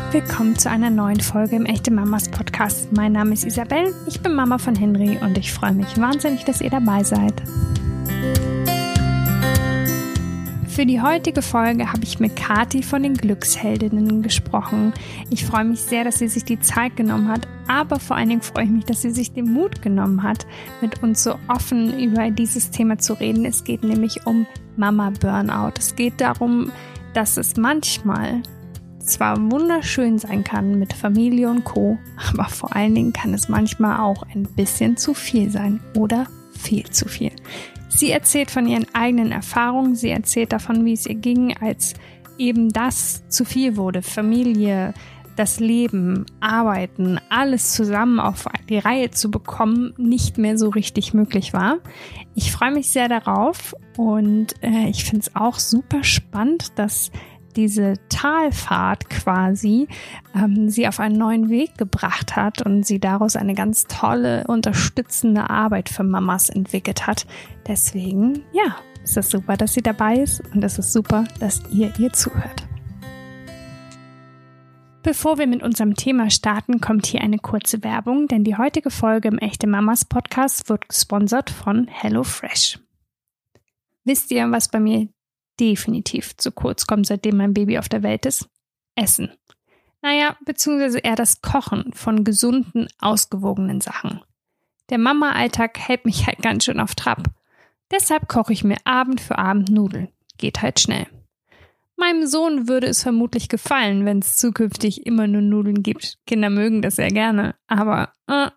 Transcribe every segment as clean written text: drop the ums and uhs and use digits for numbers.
Willkommen zu einer neuen Folge im Echte Mamas Podcast. Mein Name ist Isabel, ich bin Mama von Henry und ich freue mich wahnsinnig, dass ihr dabei seid. Für die heutige Folge habe ich mit Kathi von den Glücksheldinnen gesprochen. Ich freue mich sehr, dass sie sich die Zeit genommen hat, aber vor allen Dingen freue ich mich, dass sie sich den Mut genommen hat, mit uns so offen über dieses Thema zu reden. Es geht nämlich um Mama-Burnout. Es geht darum, dass es manchmal zwar wunderschön sein kann mit Familie und Co., aber vor allen Dingen kann es manchmal auch ein bisschen zu viel sein oder viel zu viel. Sie erzählt von ihren eigenen Erfahrungen, sie erzählt davon, wie es ihr ging, als eben das zu viel wurde. Familie, das Leben, Arbeiten, alles zusammen auf die Reihe zu bekommen, nicht mehr so richtig möglich war. Ich freue mich sehr darauf und ich finde es auch super spannend, dass diese Talfahrt quasi sie auf einen neuen Weg gebracht hat und sie daraus eine ganz tolle, unterstützende Arbeit für Mamas entwickelt hat. Deswegen, ja, ist es super, dass sie dabei ist und es ist super, dass ihr zuhört. Bevor wir mit unserem Thema starten, kommt hier eine kurze Werbung, denn die heutige Folge im Echte Mamas Podcast wird gesponsert von HelloFresh. Wisst ihr, was bei mir definitiv zu kurz kommt, seitdem mein Baby auf der Welt ist? Essen. Naja, beziehungsweise eher das Kochen von gesunden, ausgewogenen Sachen. Der Mama-Alltag hält mich halt ganz schön auf Trab. Deshalb koche ich mir Abend für Abend Nudeln. Geht halt schnell. Meinem Sohn würde es vermutlich gefallen, wenn es zukünftig immer nur Nudeln gibt. Kinder mögen das sehr gerne, aber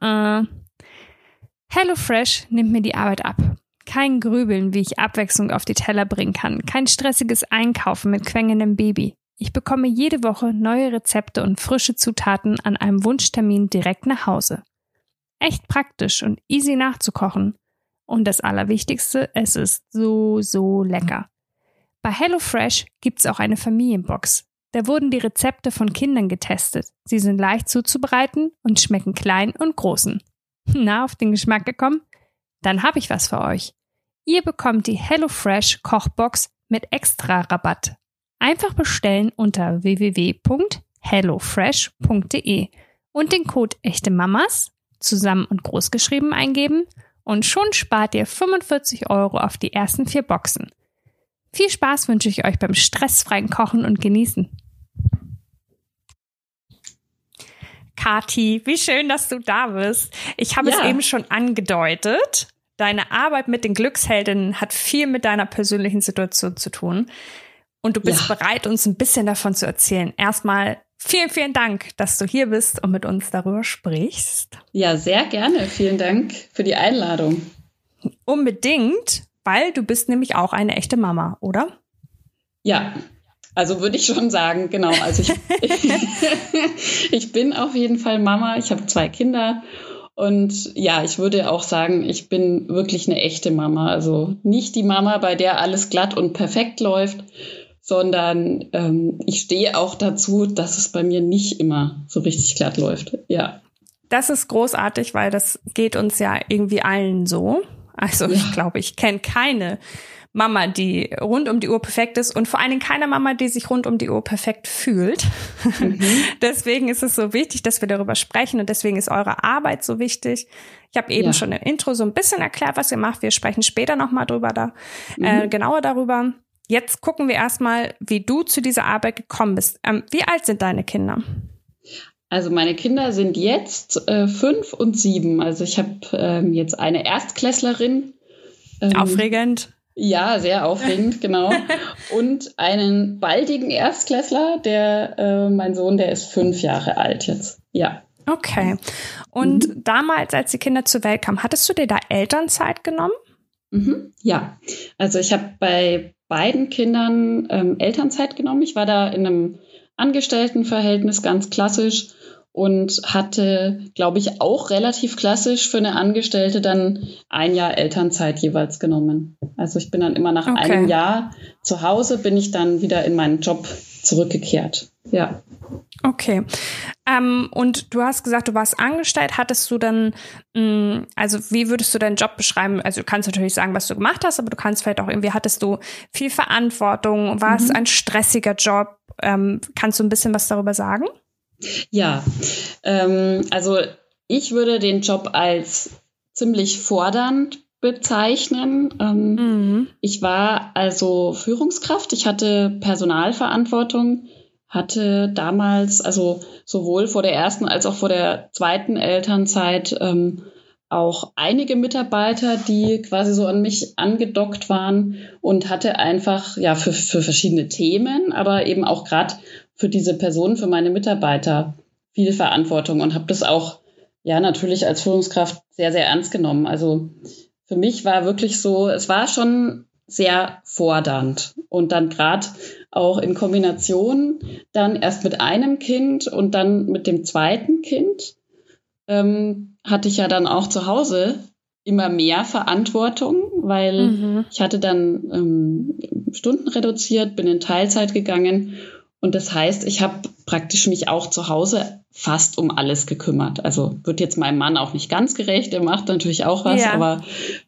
HelloFresh nimmt mir die Arbeit ab. Kein Grübeln, wie ich Abwechslung auf die Teller bringen kann. Kein stressiges Einkaufen mit quengendem Baby. Ich bekomme jede Woche neue Rezepte und frische Zutaten an einem Wunschtermin direkt nach Hause. Echt praktisch und easy nachzukochen. Und das Allerwichtigste, es ist so lecker. Bei HelloFresh gibt's auch eine Familienbox. Da wurden die Rezepte von Kindern getestet. Sie sind leicht zuzubereiten und schmecken klein und großen. Na, auf den Geschmack gekommen? Dann habe ich was für euch. Ihr bekommt die HelloFresh Kochbox mit extra Rabatt. Einfach bestellen unter www.hellofresh.de und den Code EchteMamas zusammen und groß geschrieben eingeben und schon spart ihr 45 € auf die ersten 4 Boxen. Viel Spaß wünsche ich euch beim stressfreien Kochen und Genießen. Kathi, wie schön, dass du da bist. Ich habe es eben schon angedeutet. Deine Arbeit mit den Glücksheldinnen hat viel mit deiner persönlichen Situation zu tun. Und du bist bereit, uns ein bisschen davon zu erzählen. Erstmal vielen Dank, dass du hier bist und mit uns darüber sprichst. Ja, sehr gerne. Vielen Dank für die Einladung. Unbedingt, weil du bist nämlich auch eine echte Mama, oder? Ja. Also würde ich schon sagen, genau. Also ich bin auf jeden Fall Mama. Ich habe 2 Kinder. Und ja, ich würde auch sagen, ich bin wirklich eine echte Mama. Also nicht die Mama, bei der alles glatt und perfekt läuft, sondern ich stehe auch dazu, dass es bei mir nicht immer so richtig glatt läuft. Ja. Das ist großartig, weil das geht uns ja irgendwie allen so. Also ich glaube, ich kenne keine Mama, die rund um die Uhr perfekt ist und vor allen Dingen keine Mama, die sich rund um die Uhr perfekt fühlt. Deswegen ist es so wichtig, dass wir darüber sprechen und deswegen ist eure Arbeit so wichtig. Ich habe eben schon im Intro so ein bisschen erklärt, was ihr macht. Wir sprechen später nochmal genauer darüber. Jetzt gucken wir erstmal, wie du zu dieser Arbeit gekommen bist. Wie alt sind deine Kinder? Also meine Kinder sind jetzt 5 und 7. Also ich habe jetzt eine Erstklässlerin. Aufregend. Ja, sehr aufregend, genau. Und einen baldigen Erstklässler, mein Sohn, der ist 5 Jahre alt jetzt. Ja. Okay. Und damals, als die Kinder zur Welt kamen, hattest du dir da Elternzeit genommen? Ja. Also ich habe bei beiden Kindern Elternzeit genommen. Ich war da in einem Angestelltenverhältnis ganz klassisch und hatte, glaube ich, auch relativ klassisch für eine Angestellte dann 1 Jahr Elternzeit jeweils genommen. Also ich bin dann immer nach einem Jahr zu Hause, bin ich dann wieder in meinen Job zurückgekehrt. Ja. Okay. Und du hast gesagt, du warst angestellt. Hattest du dann, also wie würdest du deinen Job beschreiben? Also du kannst natürlich sagen, was du gemacht hast, aber du kannst vielleicht auch irgendwie, hattest du viel Verantwortung? War es ein stressiger Job? Kannst du ein bisschen was darüber sagen? Ja, also ich würde den Job als ziemlich fordernd bezeichnen. Ich war also Führungskraft, ich hatte Personalverantwortung, hatte damals, also sowohl vor der ersten als auch vor der zweiten Elternzeit, auch einige Mitarbeiter, die quasi so an mich angedockt waren und hatte einfach ja für verschiedene Themen, aber eben auch gerade für diese Personen, für meine Mitarbeiter viel Verantwortung und habe das auch ja natürlich als Führungskraft sehr, sehr ernst genommen. Also für mich war wirklich so, es war schon sehr fordernd und dann gerade auch in Kombination dann erst mit einem Kind und dann mit dem zweiten Kind hatte ich ja dann auch zu Hause immer mehr Verantwortung, weil ich hatte dann Stunden reduziert, bin in Teilzeit gegangen und das heißt, ich habe praktisch mich auch zu Hause fast um alles gekümmert. Also wird jetzt meinem Mann auch nicht ganz gerecht, er macht natürlich auch was, aber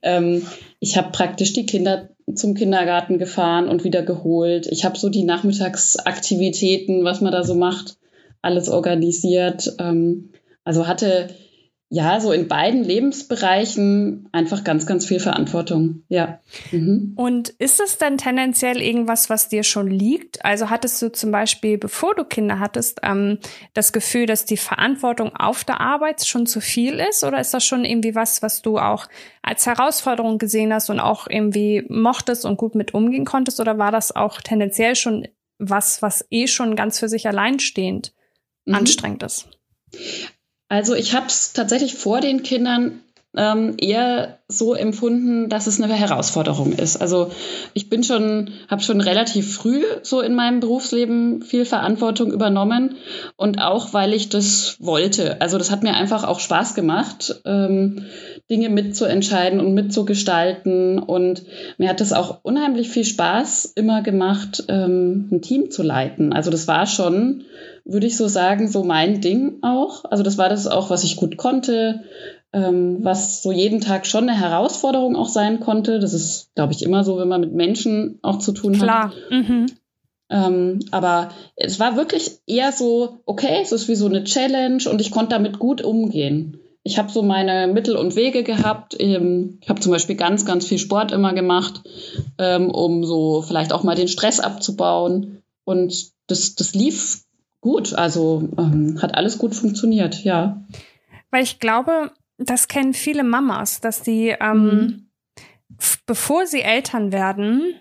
ich habe praktisch die Kinder zum Kindergarten gefahren und wieder geholt. Ich habe so die Nachmittagsaktivitäten, was man da so macht, alles organisiert. Also hatte ja so in beiden Lebensbereichen einfach ganz, ganz viel Verantwortung. Ja. Und ist es denn tendenziell irgendwas, was dir schon liegt? Also hattest du zum Beispiel, bevor du Kinder hattest, das Gefühl, dass die Verantwortung auf der Arbeit schon zu viel ist? Oder ist das schon irgendwie was du auch als Herausforderung gesehen hast und auch irgendwie mochtest und gut mit umgehen konntest? Oder war das auch tendenziell schon was schon ganz für sich alleinstehend anstrengend ist? Also ich habe es tatsächlich vor den Kindern eher so empfunden, dass es eine Herausforderung ist. Also ich habe schon relativ früh so in meinem Berufsleben viel Verantwortung übernommen und auch, weil ich das wollte. Also das hat mir einfach auch Spaß gemacht, Dinge mitzuentscheiden und mitzugestalten und mir hat es auch unheimlich viel Spaß immer gemacht, ein Team zu leiten. Also das war schon, würde ich so sagen, so mein Ding auch. Also das war das auch, was ich gut konnte, was so jeden Tag schon eine Herausforderung auch sein konnte. Das ist, glaube ich, immer so, wenn man mit Menschen auch zu tun hat. Klar. Aber es war wirklich eher so, okay, es ist wie so eine Challenge und ich konnte damit gut umgehen. Ich habe so meine Mittel und Wege gehabt. Ich habe zum Beispiel ganz, ganz viel Sport immer gemacht, um so vielleicht auch mal den Stress abzubauen. Und das lief gut. Also hat alles gut funktioniert, ja. Weil ich glaube, das kennen viele Mamas, dass die, bevor sie Eltern werden,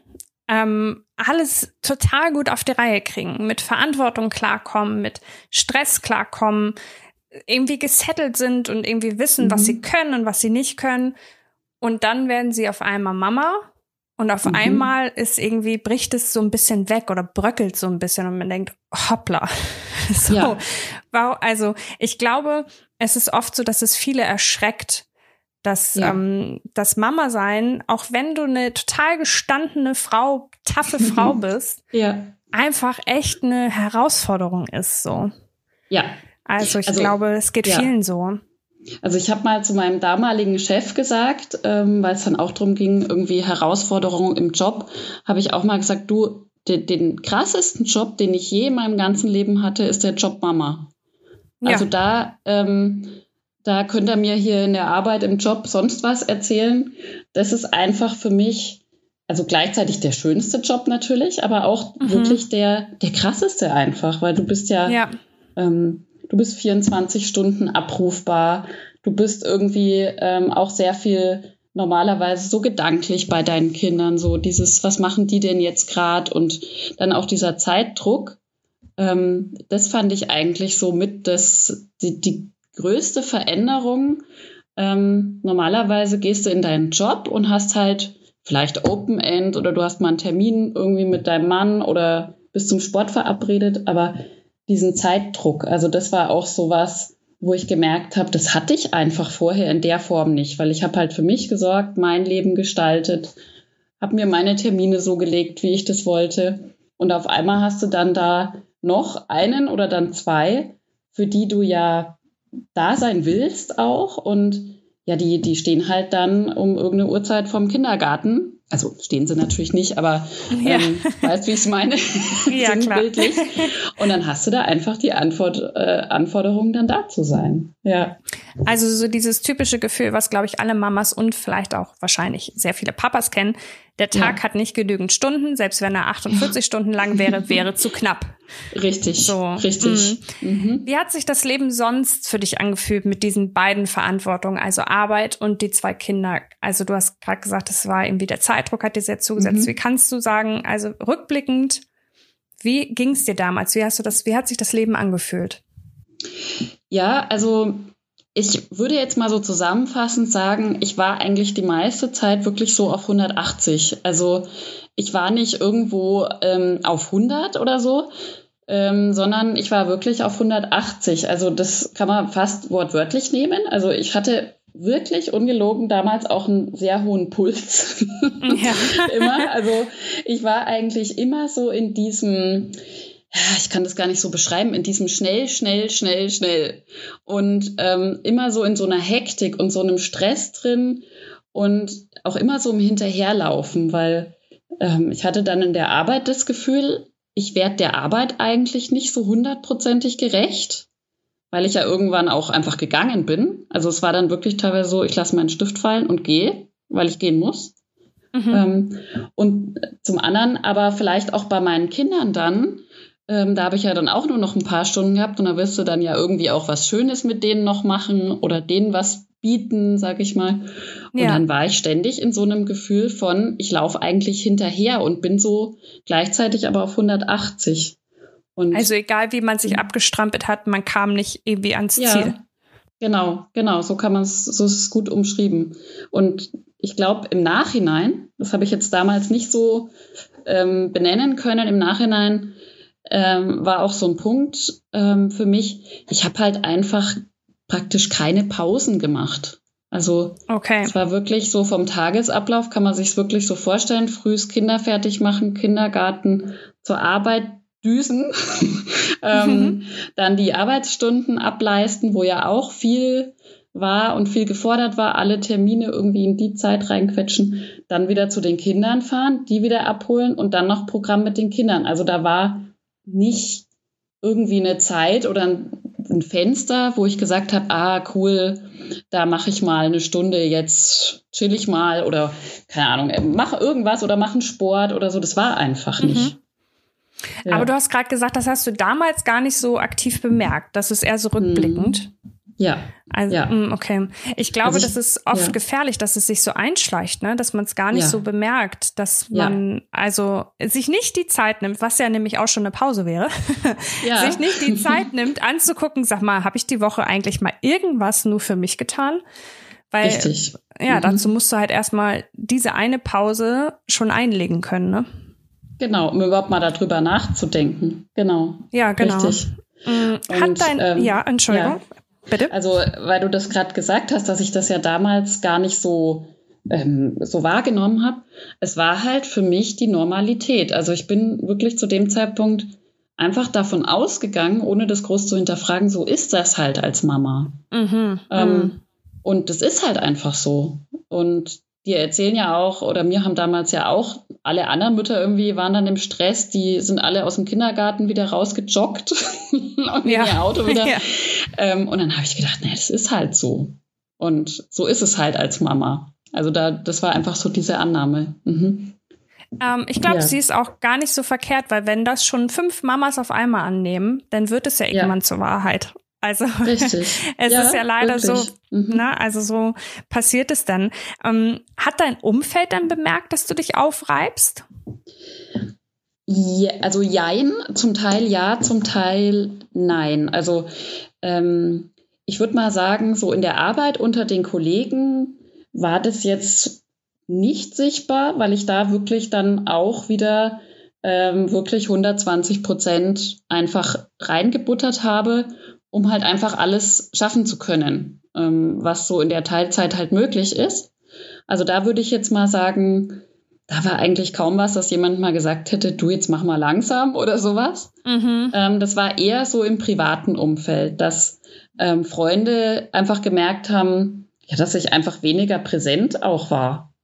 alles total gut auf die Reihe kriegen, mit Verantwortung klarkommen, mit Stress klarkommen, irgendwie gesettelt sind und irgendwie wissen, was sie können und was sie nicht können. Und dann werden sie auf einmal Mama und auf einmal bricht es so ein bisschen weg oder bröckelt so ein bisschen und man denkt, hoppla. So, ja. Wow, also ich glaube, es ist oft so, dass es viele erschreckt, dass das Mama sein, auch wenn du eine total gestandene Frau, taffe Frau bist, einfach echt eine Herausforderung ist, so. Ja. Also ich glaube, es geht vielen so. Also ich habe mal zu meinem damaligen Chef gesagt, weil es dann auch darum ging, irgendwie Herausforderungen im Job, habe ich auch mal gesagt, du, den krassesten Job, den ich je in meinem ganzen Leben hatte, ist der Job Mama. Also da könnt ihr mir hier in der Arbeit, im Job sonst was erzählen. Das ist einfach für mich, also gleichzeitig der schönste Job natürlich, aber auch wirklich der krasseste einfach, weil du bist du bist 24 Stunden abrufbar. Du bist irgendwie auch sehr viel normalerweise so gedanklich bei deinen Kindern. So dieses, was machen die denn jetzt gerade? Und dann auch dieser Zeitdruck. Das fand ich eigentlich so mit die größte Veränderung. Normalerweise gehst du in deinen Job und hast halt vielleicht Open End oder du hast mal einen Termin irgendwie mit deinem Mann oder bist zum Sport verabredet. Aber diesen Zeitdruck, also das war auch so was, wo ich gemerkt habe, das hatte ich einfach vorher in der Form nicht, weil ich habe halt für mich gesorgt, mein Leben gestaltet, habe mir meine Termine so gelegt, wie ich das wollte und auf einmal hast du dann da noch einen oder dann zwei, für die du ja da sein willst auch und ja, die stehen halt dann um irgendeine Uhrzeit vom Kindergarten also stehen sie natürlich nicht, aber weißt, wie ich es meine? Ja, klar. Bildlich. Und dann hast du da einfach die Anforderung, dann da zu sein. Ja. Also so dieses typische Gefühl, was, glaube ich, alle Mamas und vielleicht auch wahrscheinlich sehr viele Papas kennen. Der Tag hat nicht genügend Stunden, selbst wenn er 48 Stunden lang wäre zu knapp. Richtig, so. Richtig. Wie hat sich das Leben sonst für dich angefühlt mit diesen beiden Verantwortungen, also Arbeit und die 2 Kinder? Also du hast gerade gesagt, es war irgendwie der Zeitdruck hat dir sehr zugesetzt. Wie kannst du sagen, also rückblickend, wie ging es dir damals? Wie hat sich das Leben angefühlt? Ja, also ich würde jetzt mal so zusammenfassend sagen, ich war eigentlich die meiste Zeit wirklich so auf 180. Also ich war nicht irgendwo auf 100 oder so, sondern ich war wirklich auf 180. Also das kann man fast wortwörtlich nehmen. Also ich hatte wirklich ungelogen damals auch einen sehr hohen Puls. Ja. Immer. Also ich war eigentlich immer so in diesem... ich kann das gar nicht so beschreiben, in diesem schnell. Und immer so in so einer Hektik und so einem Stress drin und auch immer so im Hinterherlaufen, weil ich hatte dann in der Arbeit das Gefühl, ich werde der Arbeit eigentlich nicht so 100%ig gerecht, weil ich ja irgendwann auch einfach gegangen bin. Also es war dann wirklich teilweise so, ich lasse meinen Stift fallen und gehe, weil ich gehen muss. Und zum anderen aber vielleicht auch bei meinen Kindern dann, da habe ich ja dann auch nur noch ein paar Stunden gehabt und da wirst du dann ja irgendwie auch was Schönes mit denen noch machen oder denen was bieten, sag ich mal. Und dann war ich ständig in so einem Gefühl von, ich laufe eigentlich hinterher und bin so gleichzeitig aber auf 180. Und also egal, wie man sich abgestrampelt hat, man kam nicht irgendwie ans Ziel. Genau, so ist es gut umschrieben. Und ich glaube, im Nachhinein, das habe ich jetzt damals nicht so benennen können, im Nachhinein war auch so ein Punkt für mich, ich habe halt einfach praktisch keine Pausen gemacht. Also es war wirklich so vom Tagesablauf, kann man sich es wirklich so vorstellen, frühs Kinder fertig machen, Kindergarten, zur Arbeit düsen, dann die Arbeitsstunden ableisten, wo ja auch viel war und viel gefordert war, alle Termine irgendwie in die Zeit reinquetschen, dann wieder zu den Kindern fahren, die wieder abholen und dann noch Programm mit den Kindern. Also da war nicht irgendwie eine Zeit oder ein Fenster, wo ich gesagt habe, cool, da mache ich mal eine Stunde, jetzt chill ich mal oder keine Ahnung, mache irgendwas oder mache einen Sport oder so. Das war einfach nicht. Ja. Aber du hast gerade gesagt, das hast du damals gar nicht so aktiv bemerkt. Das ist eher so rückblickend. Ja. Also, okay. Ich glaube, das ist oft gefährlich, dass es sich so einschleicht, ne? Dass man es gar nicht so bemerkt, dass man also sich nicht die Zeit nimmt, was ja nämlich auch schon eine Pause wäre, sich nicht die Zeit nimmt, anzugucken, sag mal, habe ich die Woche eigentlich mal irgendwas nur für mich getan? Weil, richtig. Dazu musst du halt erstmal diese eine Pause schon einlegen können, ne? Genau, um überhaupt mal darüber nachzudenken. Genau. Ja, genau. Richtig. Entschuldigung. Ja. Bitte? Also, weil du das gerade gesagt hast, dass ich das ja damals gar nicht so wahrgenommen habe. Es war halt für mich die Normalität. Also ich bin wirklich zu dem Zeitpunkt einfach davon ausgegangen, ohne das groß zu hinterfragen, so ist das halt als Mama. Und das ist halt einfach so. Und die erzählen ja auch, oder mir haben damals ja auch, alle anderen Mütter irgendwie waren dann im Stress, die sind alle aus dem Kindergarten wieder rausgejoggt und in ihr Auto wieder. Und dann habe ich gedacht, das ist halt so. Und so ist es halt als Mama. Also das war einfach so diese Annahme. Ich glaube, sie ist auch gar nicht so verkehrt, weil wenn das schon 5 Mamas auf einmal annehmen, dann wird es ja irgendwann zur Wahrheit. Also es ist ja leider wirklich so, also so passiert es dann. Hat dein Umfeld dann bemerkt, dass du dich aufreibst? Ja, also jein, zum Teil ja, zum Teil nein. Also ich würde mal sagen, so in der Arbeit unter den Kollegen war das jetzt nicht sichtbar, weil ich da wirklich dann auch wieder wirklich 120% einfach reingebuttert habe, um halt einfach alles schaffen zu können, was so in der Teilzeit halt möglich ist. Also da würde ich jetzt mal sagen, da war eigentlich kaum was, dass jemand mal gesagt hätte, du, jetzt mach mal langsam oder sowas. Das war eher so im privaten Umfeld, dass Freunde einfach gemerkt haben, dass ich einfach weniger präsent auch war.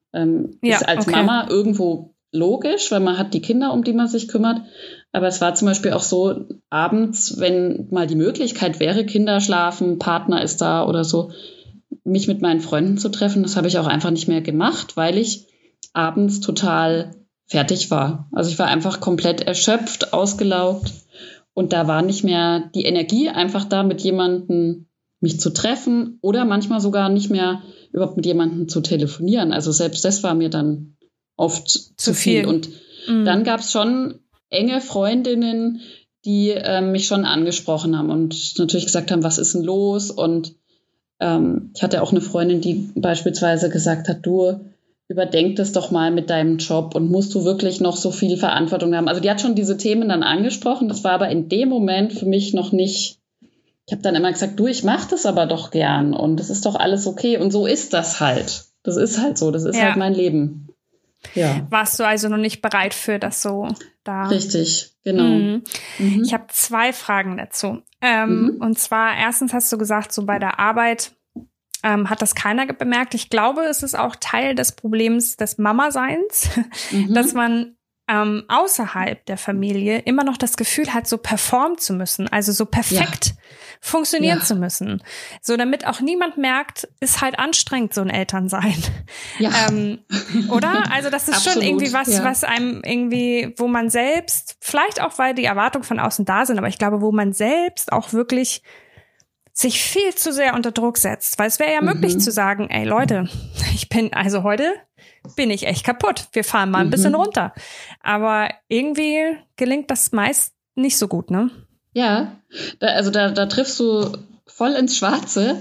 Ist als Mama irgendwo logisch, weil man hat die Kinder, um die man sich kümmert. Aber es war zum Beispiel auch so, abends, wenn mal die Möglichkeit wäre, Kinder schlafen, Partner ist da oder so, mich mit meinen Freunden zu treffen, das habe ich auch einfach nicht mehr gemacht, weil ich abends total fertig war. Also ich war einfach komplett erschöpft, ausgelaugt und da war nicht mehr die Energie einfach da, mit jemandem mich zu treffen oder manchmal sogar nicht mehr überhaupt mit jemandem zu telefonieren. Also selbst das war mir dann oft zu viel. Und dann gab es schon enge Freundinnen, die mich schon angesprochen haben und natürlich gesagt haben, was ist denn los? Und ich hatte auch eine Freundin, die beispielsweise gesagt hat, du überdenk das doch mal mit deinem Job und musst du wirklich noch so viel Verantwortung haben. Also die hat schon diese Themen dann angesprochen, das war aber in dem Moment für mich noch nicht, ich habe dann immer gesagt, du, ich mache das aber doch gern und das ist doch alles okay und so ist das halt. Das ist halt so, das ist halt mein Leben. Ja. Warst du also noch nicht bereit für das so da? Richtig, genau. Ich habe 2 Fragen dazu. Und zwar, erstens hast du gesagt, so bei der Arbeit hat das keiner bemerkt. Ich glaube, es ist auch Teil des Problems des Mama-Seins, dass man außerhalb der Familie immer noch das Gefühl hat, so performen zu müssen, also so perfekt funktionieren zu müssen. So, damit auch niemand merkt, ist halt anstrengend, so ein Elternsein. Ja. Oder? Also das ist absolut, schon irgendwie was einem irgendwie, wo man selbst, vielleicht auch, weil die Erwartungen von außen da sind, aber ich glaube, wo man selbst auch wirklich sich viel zu sehr unter Druck setzt. Weil es wäre ja möglich zu sagen, ey Leute, heute bin ich echt kaputt. Wir fahren mal ein bisschen runter. Aber irgendwie gelingt das meist nicht so gut, ne? Ja, da triffst du voll ins Schwarze.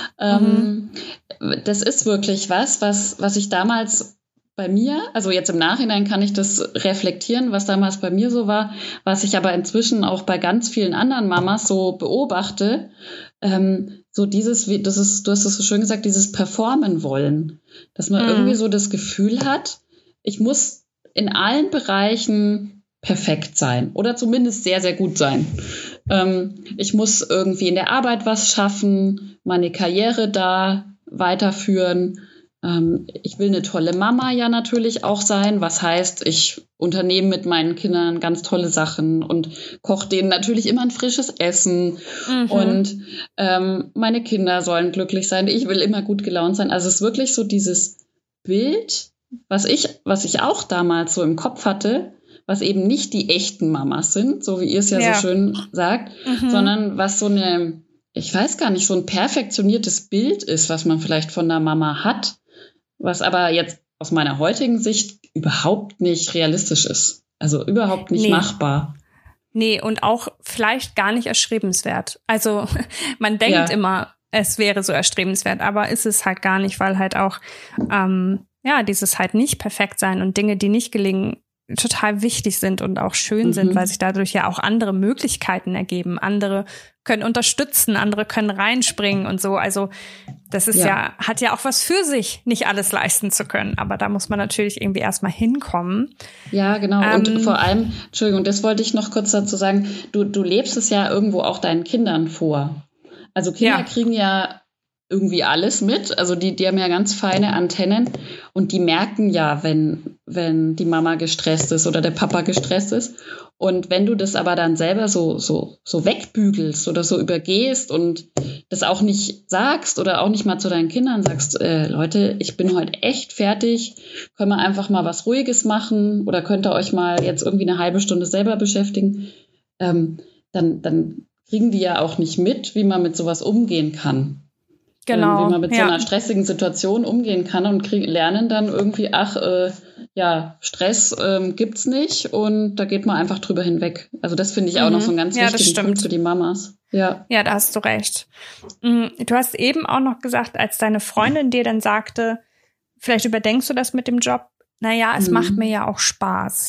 Das ist wirklich was ich damals bei mir, also jetzt im Nachhinein kann ich das reflektieren, was damals bei mir so war, was ich aber inzwischen auch bei ganz vielen anderen Mamas so beobachte, so du hast es so schön gesagt, dieses Performen wollen, dass man irgendwie so das Gefühl hat, ich muss in allen Bereichen perfekt sein oder zumindest sehr, sehr gut sein. Ich muss irgendwie in der Arbeit was schaffen, meine Karriere da weiterführen. Ich will eine tolle Mama ja natürlich auch sein, was heißt, ich unternehme mit meinen Kindern ganz tolle Sachen und koche denen natürlich immer ein frisches Essen und meine Kinder sollen glücklich sein, ich will immer gut gelaunt sein. Also es ist wirklich so dieses Bild, was ich auch damals so im Kopf hatte, was eben nicht die echten Mamas sind, so wie ihr es ja so schön sagt, sondern was so ich weiß gar nicht, so ein perfektioniertes Bild ist, was man vielleicht von der Mama hat, was aber jetzt aus meiner heutigen Sicht überhaupt nicht realistisch ist. Also überhaupt nicht machbar. Nee, und auch vielleicht gar nicht erstrebenswert. Also man denkt immer, es wäre so erstrebenswert, aber ist es halt gar nicht, weil halt auch dieses halt nicht perfekt sein und Dinge, die nicht gelingen, total wichtig sind und auch schön sind, weil sich dadurch ja auch andere Möglichkeiten ergeben. Andere können unterstützen, andere können reinspringen und so. Also das ist hat ja auch was für sich, nicht alles leisten zu können. Aber da muss man natürlich irgendwie erstmal hinkommen. Ja, genau. Und vor allem, Entschuldigung, das wollte ich noch kurz dazu sagen, du lebst es ja irgendwo auch deinen Kindern vor. Also Kinder kriegen ja irgendwie alles mit. Also die haben ja ganz feine Antennen und die merken ja, wenn die Mama gestresst ist oder der Papa gestresst ist. Und wenn du das aber dann selber so wegbügelst oder so übergehst und das auch nicht sagst oder auch nicht mal zu deinen Kindern sagst, Leute, ich bin heute echt fertig, können wir einfach mal was Ruhiges machen oder könnt ihr euch mal jetzt irgendwie eine halbe Stunde selber beschäftigen, dann kriegen die ja auch nicht mit, wie man mit sowas umgehen kann. Genau. Wie man mit so einer stressigen Situation umgehen kann und lernen dann irgendwie, Stress gibt's nicht und da geht man einfach drüber hinweg. Also das finde ich auch noch so einen ganz wichtigen Punkt für die Mamas. Ja, da hast du recht. Du hast eben auch noch gesagt, als deine Freundin dir dann sagte, vielleicht überdenkst du das mit dem Job, es macht mir ja auch Spaß.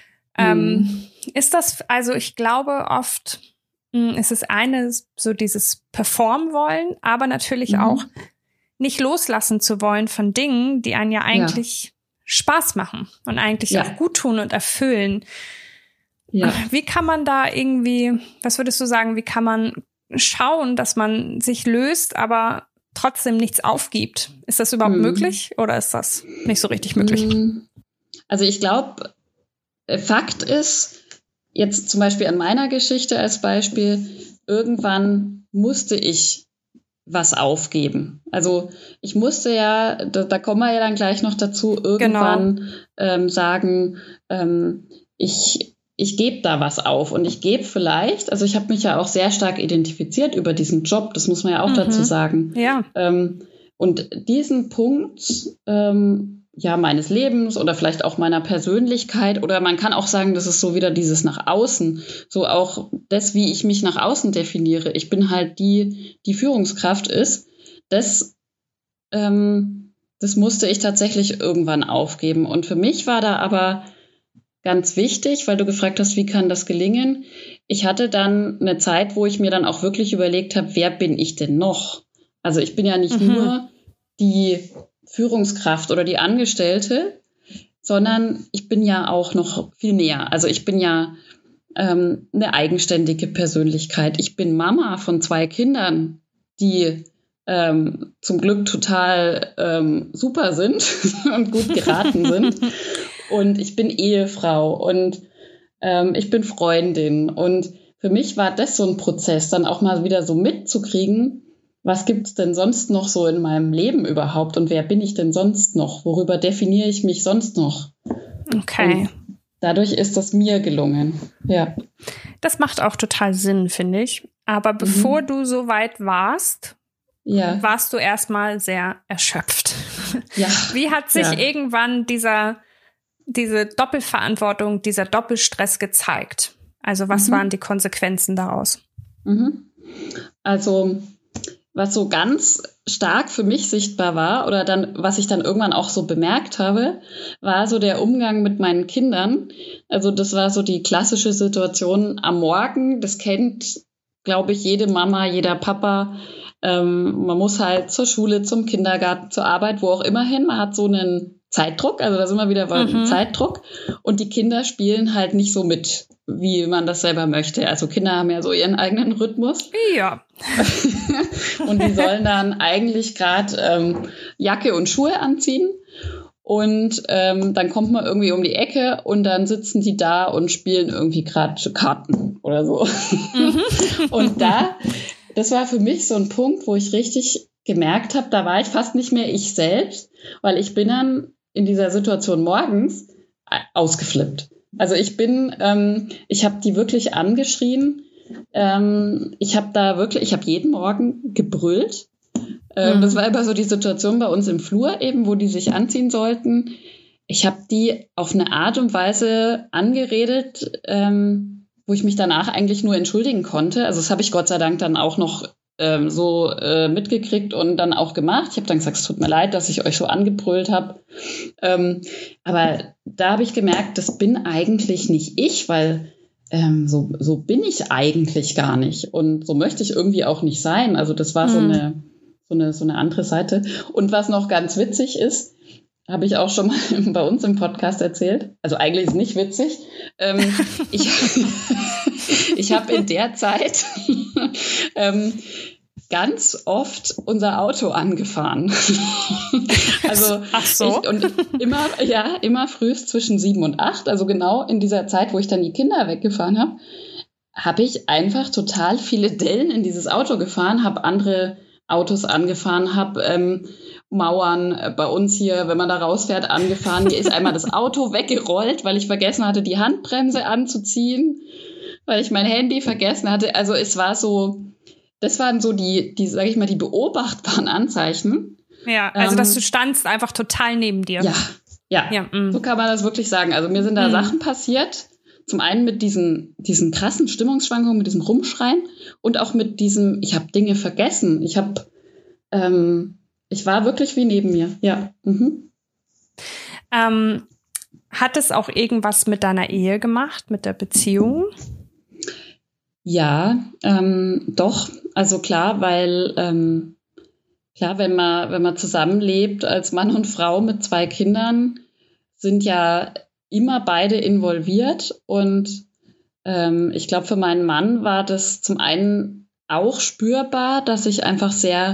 Ist das, also ich glaube oft, es ist so dieses Performen wollen, aber natürlich auch nicht loslassen zu wollen von Dingen, die einen ja eigentlich Spaß machen und eigentlich auch gut tun und erfüllen. Ja. Wie kann man da irgendwie, was würdest du sagen, wie kann man schauen, dass man sich löst, aber trotzdem nichts aufgibt. Ist das überhaupt möglich oder ist das nicht so richtig möglich? Also ich glaube, Fakt ist, jetzt zum Beispiel an meiner Geschichte als Beispiel, irgendwann musste ich was aufgeben. Also ich musste ja, da kommen wir ja dann gleich noch dazu, irgendwann sagen, ich gebe da was auf und ich gebe vielleicht, also ich habe mich ja auch sehr stark identifiziert über diesen Job, das muss man ja auch dazu sagen. Ja. Und diesen Punkt meines Lebens oder vielleicht auch meiner Persönlichkeit oder man kann auch sagen, das ist so wieder dieses nach außen, so auch das, wie ich mich nach außen definiere. Ich bin halt die Führungskraft ist. Das musste ich tatsächlich irgendwann aufgeben. Und für mich war da aber ganz wichtig, weil du gefragt hast, wie kann das gelingen? Ich hatte dann eine Zeit, wo ich mir dann auch wirklich überlegt habe, wer bin ich denn noch? Also ich bin ja nicht nur die Führungskraft oder die Angestellte, sondern ich bin ja auch noch viel mehr. Also ich bin ja eine eigenständige Persönlichkeit. Ich bin Mama von 2 Kindern, die zum Glück total super sind und gut geraten sind. Und ich bin Ehefrau und ich bin Freundin. Und für mich war das so ein Prozess, dann auch mal wieder so mitzukriegen, was gibt es denn sonst noch so in meinem Leben überhaupt und wer bin ich denn sonst noch? Worüber definiere ich mich sonst noch? Okay. Und dadurch ist das mir gelungen. Ja. Das macht auch total Sinn, finde ich. Aber bevor du so weit warst, warst du erstmal sehr erschöpft. Ja. Wie hat sich irgendwann diese Doppelverantwortung, dieser Doppelstress gezeigt? Also was waren die Konsequenzen daraus? Also was so ganz stark für mich sichtbar war oder dann, was ich dann irgendwann auch so bemerkt habe, war so der Umgang mit meinen Kindern. Also das war so die klassische Situation am Morgen. Das kennt, glaube ich, jede Mama, jeder Papa. Man muss halt zur Schule, zum Kindergarten, zur Arbeit, wo auch immer hin. Man hat so einen Zeitdruck, also da sind wir wieder beim Zeitdruck. Und die Kinder spielen halt nicht so mit, wie man das selber möchte. Also Kinder haben ja so ihren eigenen Rhythmus. Ja. Und die sollen dann eigentlich gerade Jacke und Schuhe anziehen. Und dann kommt man irgendwie um die Ecke und dann sitzen die da und spielen irgendwie gerade Karten oder so. Und das war für mich so ein Punkt, wo ich richtig gemerkt habe, da war ich fast nicht mehr ich selbst, weil ich bin dann in dieser Situation morgens ausgeflippt. Also ich habe die wirklich angeschrien. Ich habe jeden Morgen gebrüllt. Das war immer so die Situation bei uns im Flur eben, wo die sich anziehen sollten. Ich habe die auf eine Art und Weise angeredet, wo ich mich danach eigentlich nur entschuldigen konnte. Also das habe ich Gott sei Dank dann auch noch mitgekriegt und dann auch gemacht. Ich habe dann gesagt, es tut mir leid, dass ich euch so angebrüllt habe. Aber da habe ich gemerkt, das bin eigentlich nicht ich, weil so bin ich eigentlich gar nicht. Und so möchte ich irgendwie auch nicht sein. Also das war so eine andere Seite. Und was noch ganz witzig ist, habe ich auch schon mal bei uns im Podcast erzählt. Also eigentlich ist es nicht witzig. Ich habe in der Zeit ganz oft unser Auto angefahren. Also ach so. immer frühst zwischen 7 und 8, also genau in dieser Zeit, wo ich dann die Kinder weggefahren habe ich einfach total viele Dellen in dieses Auto gefahren, habe andere Autos angefahren, habe Mauern bei uns hier, wenn man da rausfährt, angefahren. Mir ist einmal das Auto weggerollt, weil ich vergessen hatte, die Handbremse anzuziehen, weil ich mein Handy vergessen hatte. Also es war so, das waren so die sage ich mal, die beobachtbaren Anzeichen. Ja, also dass du standst einfach total neben dir. Ja, so kann man das wirklich sagen. Also mir sind da Sachen passiert, zum einen mit diesen krassen Stimmungsschwankungen, mit diesem Rumschreien und auch mit diesem, ich habe Dinge vergessen. Ich war wirklich wie neben mir, ja. Hat es auch irgendwas mit deiner Ehe gemacht, mit der Beziehung? Ja, doch. Also klar, weil wenn man zusammenlebt als Mann und Frau mit 2 Kindern, sind ja immer beide involviert. Und ich glaube, für meinen Mann war das zum einen auch spürbar, dass ich einfach sehr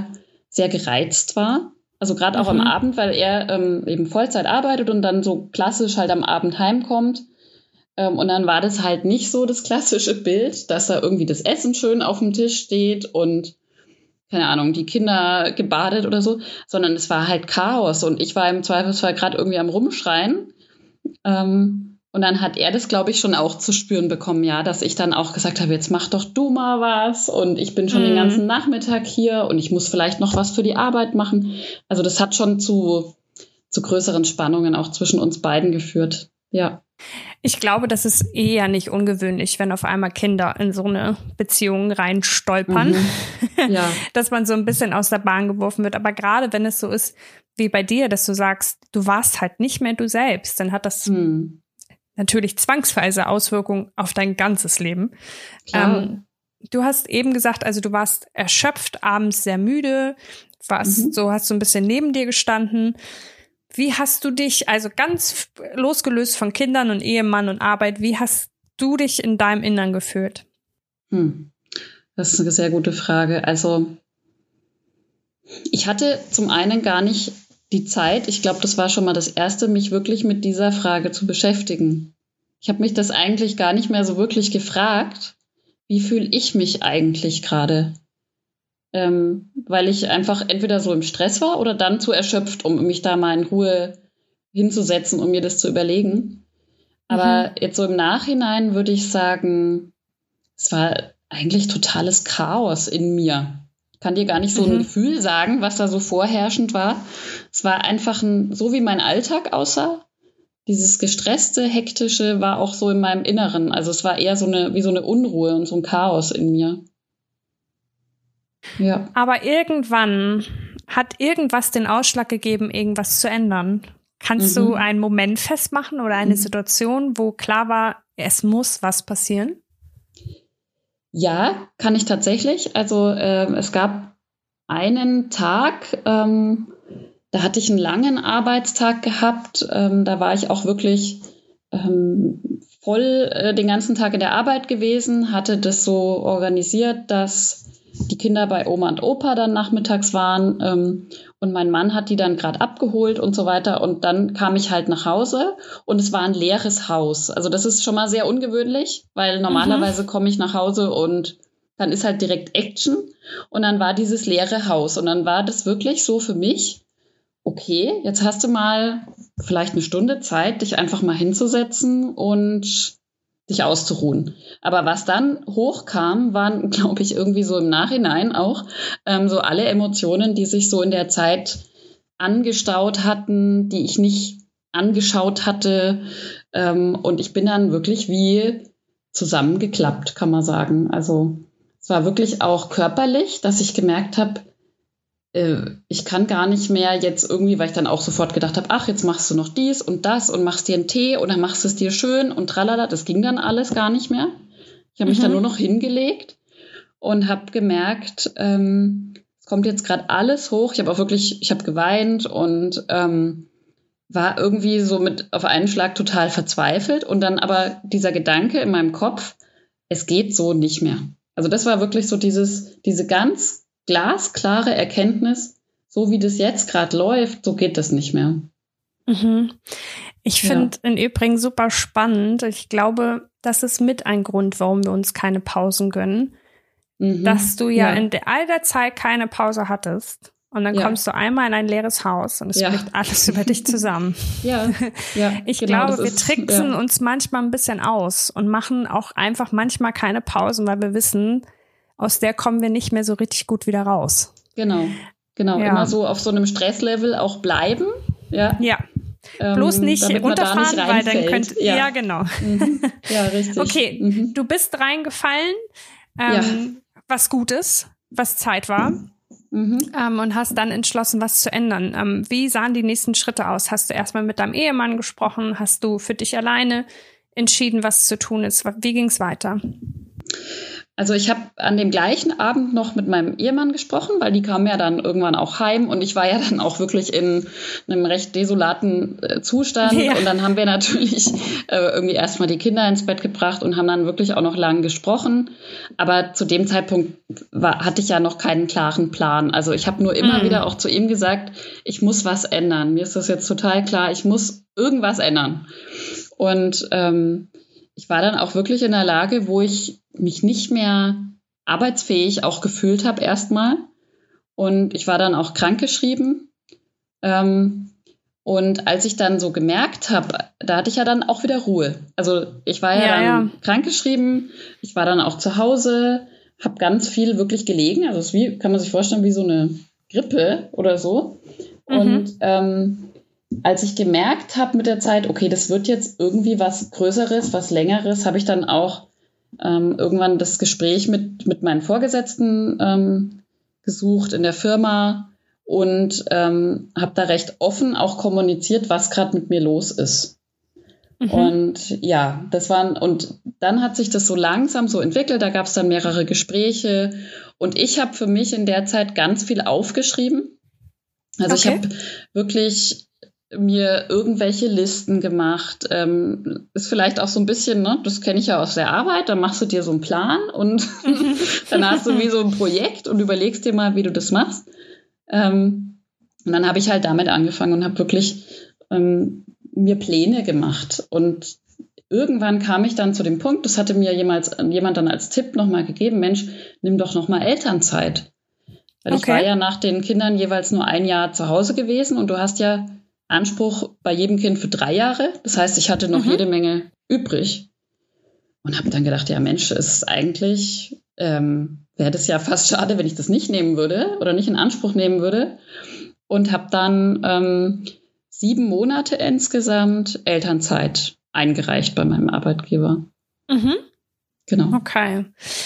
sehr gereizt war. Also gerade auch am Abend, weil er eben Vollzeit arbeitet und dann so klassisch halt am Abend heimkommt. Und dann war das halt nicht so das klassische Bild, dass da irgendwie das Essen schön auf dem Tisch steht und, keine Ahnung, die Kinder gebadet oder so, sondern es war halt Chaos und ich war im Zweifelsfall gerade irgendwie am Rumschreien. Und dann hat er das, glaube ich, schon auch zu spüren bekommen, ja, dass ich dann auch gesagt habe, jetzt mach doch du mal was und ich bin schon den ganzen Nachmittag hier und ich muss vielleicht noch was für die Arbeit machen. Also das hat schon zu größeren Spannungen auch zwischen uns beiden geführt, ja. Ich glaube, das ist eher nicht ungewöhnlich, wenn auf einmal Kinder in so eine Beziehung reinstolpern, Ja. dass man so ein bisschen aus der Bahn geworfen wird. Aber gerade wenn es so ist wie bei dir, dass du sagst, du warst halt nicht mehr du selbst, dann hat das natürlich zwangsweise Auswirkungen auf dein ganzes Leben. Du hast eben gesagt, also du warst erschöpft, abends sehr müde, so hast du ein bisschen neben dir gestanden. Wie hast du dich, also ganz losgelöst von Kindern und Ehemann und Arbeit, wie hast du dich in deinem Innern gefühlt? Das ist eine sehr gute Frage. Also ich hatte zum einen gar nicht die Zeit, ich glaube, das war schon mal das Erste, mich wirklich mit dieser Frage zu beschäftigen. Ich habe mich das eigentlich gar nicht mehr so wirklich gefragt, wie fühle ich mich eigentlich gerade? Weil ich einfach entweder so im Stress war oder dann zu erschöpft, um mich da mal in Ruhe hinzusetzen, um mir das zu überlegen. Aber jetzt so im Nachhinein würde ich sagen, es war eigentlich totales Chaos in mir. Ich kann dir gar nicht so ein Gefühl sagen, was da so vorherrschend war. Es war einfach so wie mein Alltag aussah. Dieses gestresste, hektische war auch so in meinem Inneren. Also es war eher wie so eine Unruhe und so ein Chaos in mir. Ja. Aber irgendwann hat irgendwas den Ausschlag gegeben, irgendwas zu ändern. Kannst du einen Moment festmachen oder eine Situation, wo klar war, es muss was passieren? Ja, kann ich tatsächlich. Also es gab einen Tag, da hatte ich einen langen Arbeitstag gehabt. Da war ich auch wirklich voll den ganzen Tag in der Arbeit gewesen, hatte das so organisiert, dass die Kinder bei Oma und Opa dann nachmittags waren und mein Mann hat die dann gerade abgeholt und so weiter und dann kam ich halt nach Hause und es war ein leeres Haus. Also das ist schon mal sehr ungewöhnlich, weil normalerweise komme ich nach Hause und dann ist halt direkt Action und dann war dieses leere Haus und dann war das wirklich so für mich, okay, jetzt hast du mal vielleicht eine Stunde Zeit, dich einfach mal hinzusetzen und dich auszuruhen. Aber was dann hochkam, waren, glaube ich, irgendwie so im Nachhinein auch so alle Emotionen, die sich so in der Zeit angestaut hatten, die ich nicht angeschaut hatte. Und ich bin dann wirklich wie zusammengeklappt, kann man sagen. Also es war wirklich auch körperlich, dass ich gemerkt habe, ich kann gar nicht mehr jetzt irgendwie, weil ich dann auch sofort gedacht habe, ach, jetzt machst du noch dies und das und machst dir einen Tee oder machst es dir schön und tralala, das ging dann alles gar nicht mehr. Ich habe mich dann nur noch hingelegt und habe gemerkt, es kommt jetzt gerade alles hoch. Ich habe geweint und war irgendwie so mit auf einen Schlag total verzweifelt und dann aber dieser Gedanke in meinem Kopf, es geht so nicht mehr. Also das war wirklich so diese ganz glasklare Erkenntnis, so wie das jetzt gerade läuft, so geht das nicht mehr. Ich finde im Übrigen super spannend. Ich glaube, das ist mit ein Grund, warum wir uns keine Pausen gönnen. Dass du in all der Zeit keine Pause hattest. Und dann kommst du einmal in ein leeres Haus und es bricht alles über dich zusammen. Ich glaube, wir tricksen uns manchmal ein bisschen aus und machen auch einfach manchmal keine Pausen, weil wir wissen, aus der kommen wir nicht mehr so richtig gut wieder raus. Genau. Immer so auf so einem Stresslevel auch bleiben. Bloß nicht runterfahren, nicht weil dann könnt ja genau. Ja, richtig. Okay, du bist reingefallen, was Gutes, was Zeit war. Und hast dann entschlossen, was zu ändern. Wie sahen die nächsten Schritte aus? Hast du erstmal mit deinem Ehemann gesprochen? Hast du für dich alleine entschieden, was zu tun ist? Wie ging es weiter? Also ich habe an dem gleichen Abend noch mit meinem Ehemann gesprochen, weil die kamen ja dann irgendwann auch heim und ich war ja dann auch wirklich in einem recht desolaten Zustand. Ja. Und dann haben wir natürlich irgendwie erstmal die Kinder ins Bett gebracht und haben dann wirklich auch noch lang gesprochen. Aber zu dem Zeitpunkt hatte ich ja noch keinen klaren Plan. Also ich habe nur immer wieder auch zu ihm gesagt, ich muss was ändern. Mir ist das jetzt total klar, ich muss irgendwas ändern. Und ich war dann auch wirklich in der Lage, wo ich mich nicht mehr arbeitsfähig auch gefühlt habe erstmal. Und ich war dann auch krankgeschrieben. Und als ich dann so gemerkt habe, da hatte ich ja dann auch wieder Ruhe. Also ich war ja dann krankgeschrieben, ich war dann auch zu Hause, habe ganz viel wirklich gelegen. Also es ist wie, kann man sich vorstellen, wie so eine Grippe oder so. Und als ich gemerkt habe mit der Zeit, okay, das wird jetzt irgendwie was Größeres, was Längeres, habe ich dann auch irgendwann das Gespräch mit meinen Vorgesetzten gesucht in der Firma und habe da recht offen auch kommuniziert, was gerade mit mir los ist. Und ja, und dann hat sich das so langsam so entwickelt, da gab es dann mehrere Gespräche und ich habe für mich in der Zeit ganz viel aufgeschrieben. Also ich habe wirklich mir irgendwelche Listen gemacht. Ist vielleicht auch so ein bisschen, ne, das kenne ich ja aus der Arbeit, dann machst du dir so einen Plan und dann hast du wie so ein Projekt und überlegst dir mal, wie du das machst. Und dann habe ich halt damit angefangen und habe wirklich mir Pläne gemacht. Und irgendwann kam ich dann zu dem Punkt, das hatte mir jemand dann als Tipp nochmal gegeben, Mensch, nimm doch nochmal Elternzeit. Weil ich war ja nach den Kindern jeweils nur 1 Jahr zu Hause gewesen und du hast ja Anspruch bei jedem Kind für 3 Jahre. Das heißt, ich hatte noch jede Menge übrig und habe dann gedacht, ja Mensch, ist eigentlich, wäre das ja fast schade, wenn ich das nicht nehmen würde oder nicht in Anspruch nehmen würde. Und habe dann 7 Monate insgesamt Elternzeit eingereicht bei meinem Arbeitgeber. Genau. Okay.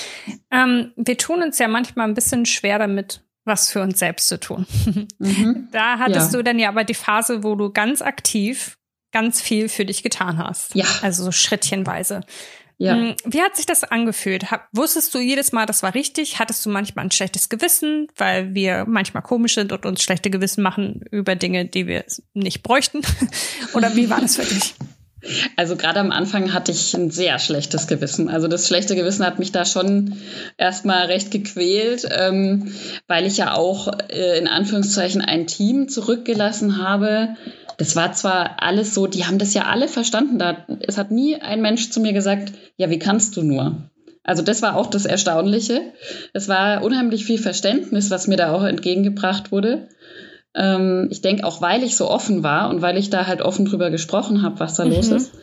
Wir tun uns ja manchmal ein bisschen schwer damit, was für uns selbst zu tun. Da hattest du dann ja aber die Phase, wo du ganz aktiv ganz viel für dich getan hast. Ja. Also so schrittchenweise. Ja. Wie hat sich das angefühlt? Wusstest du jedes Mal, das war richtig? Hattest du manchmal ein schlechtes Gewissen, weil wir manchmal komisch sind und uns schlechte Gewissen machen über Dinge, die wir nicht bräuchten? Oder wie war das für dich? Also gerade am Anfang hatte ich ein sehr schlechtes Gewissen. Also das schlechte Gewissen hat mich da schon erstmal recht gequält, weil ich ja auch in Anführungszeichen ein Team zurückgelassen habe. Das war zwar alles so, die haben das ja alle verstanden. Es hat nie ein Mensch zu mir gesagt, ja, wie kannst du nur? Also das war auch das Erstaunliche. Es war unheimlich viel Verständnis, was mir da auch entgegengebracht wurde. Ich denke auch, weil ich so offen war und weil ich da halt offen drüber gesprochen habe, was da los ist.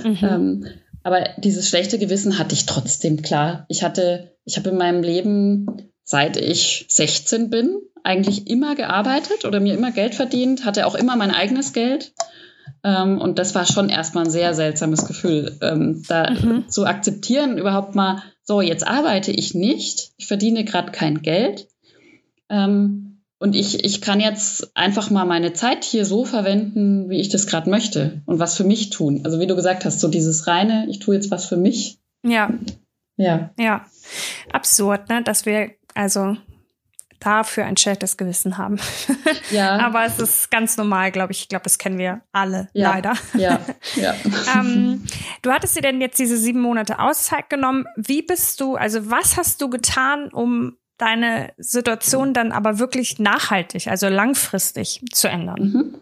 Aber dieses schlechte Gewissen hatte ich trotzdem, klar. Ich habe in meinem Leben, seit ich 16 bin, eigentlich immer gearbeitet oder mir immer Geld verdient, hatte auch immer mein eigenes Geld. Und das war schon erstmal ein sehr seltsames Gefühl, zu akzeptieren, überhaupt mal, so, jetzt arbeite ich nicht, ich verdiene gerade kein Geld. Und ich kann jetzt einfach mal meine Zeit hier so verwenden, wie ich das gerade möchte und was für mich tun. Also wie du gesagt hast, so dieses reine, ich tue jetzt was für mich. Ja. Ja. Ja. Absurd, ne, dass wir also dafür ein schlechtes Gewissen haben. Ja. Aber es ist ganz normal, glaube ich. Ich glaube, das kennen wir alle, leider. Ja. Du hattest dir denn jetzt diese 7 Monate Auszeit genommen. Was hast du getan, um deine Situation dann aber wirklich nachhaltig, also langfristig zu ändern?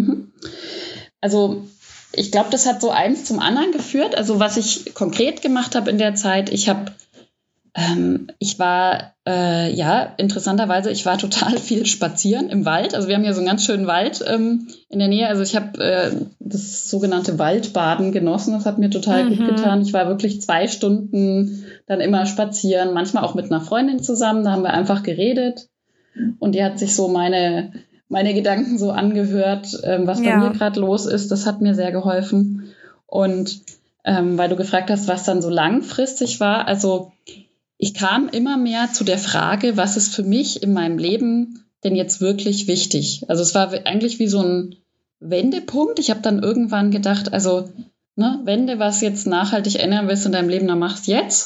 Also ich glaube, das hat so eins zum anderen geführt. Also was ich konkret gemacht habe in der Zeit, ich war interessanterweise, ich war total viel spazieren im Wald. Also wir haben hier so einen ganz schönen Wald in der Nähe. Also ich habe das sogenannte Waldbaden genossen. Das hat mir total gut getan. Ich war wirklich 2 Stunden dann immer spazieren, manchmal auch mit einer Freundin zusammen. Da haben wir einfach geredet und die hat sich so meine Gedanken so angehört, was bei mir gerade los ist. Das hat mir sehr geholfen. Und weil du gefragt hast, was dann so langfristig war, also ich kam immer mehr zu der Frage, was ist für mich in meinem Leben denn jetzt wirklich wichtig? Also es war eigentlich wie so ein Wendepunkt. Ich habe dann irgendwann gedacht, also wenn du was jetzt nachhaltig ändern willst in deinem Leben, dann mach's jetzt.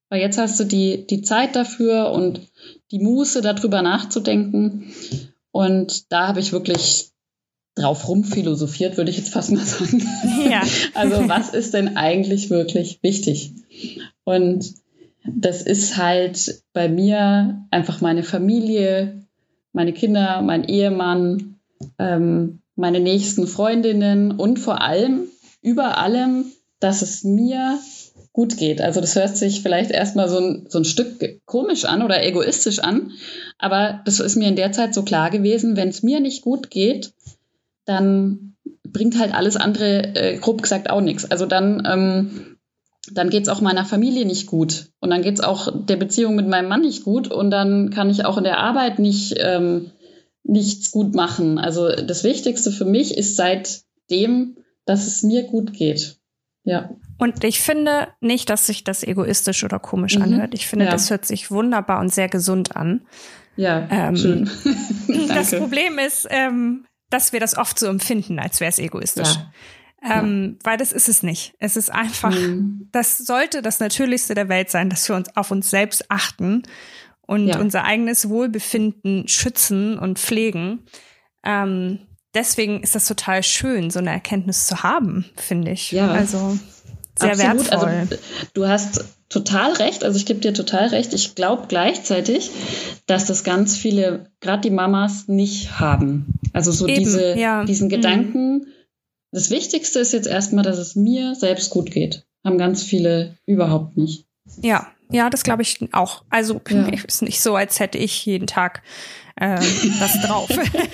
weil jetzt hast du die Zeit dafür und die Muße, darüber nachzudenken. Und da habe ich wirklich drauf rumphilosophiert, würde ich jetzt fast mal sagen. Ja. Also was ist denn eigentlich wirklich wichtig? Und das ist halt bei mir einfach meine Familie, meine Kinder, mein Ehemann, meine nächsten Freundinnen und vor allem, über allem, dass es mir gut geht. Also das hört sich vielleicht erstmal so ein Stück komisch an oder egoistisch an, aber das ist mir in der Zeit so klar gewesen, wenn es mir nicht gut geht, dann bringt halt alles andere, grob gesagt, auch nichts. Also dann geht es auch meiner Familie nicht gut und dann geht es auch der Beziehung mit meinem Mann nicht gut und dann kann ich auch in der Arbeit nichts gut machen. Also das Wichtigste für mich ist seitdem, dass es mir gut geht. Ja. Und ich finde nicht, dass sich das egoistisch oder komisch anhört. Ich finde, das hört sich wunderbar und sehr gesund an. Ja, schön. Das Problem ist, dass wir das oft so empfinden, als wäre es egoistisch. Ja. Weil das ist es nicht. Es ist einfach, das sollte das Natürlichste der Welt sein, dass wir uns auf uns selbst achten und unser eigenes Wohlbefinden schützen und pflegen. Deswegen ist das total schön, so eine Erkenntnis zu haben, finde ich. Ja. Also sehr absolut wertvoll. Also, du hast total recht, also ich gebe dir total recht. Ich glaube gleichzeitig, dass das ganz viele, gerade die Mamas, nicht haben. Also so diesen Gedanken, das Wichtigste ist jetzt erstmal, dass es mir selbst gut geht. Haben ganz viele überhaupt nicht. Ja, das glaube ich auch. Also ist nicht so, als hätte ich jeden Tag das drauf.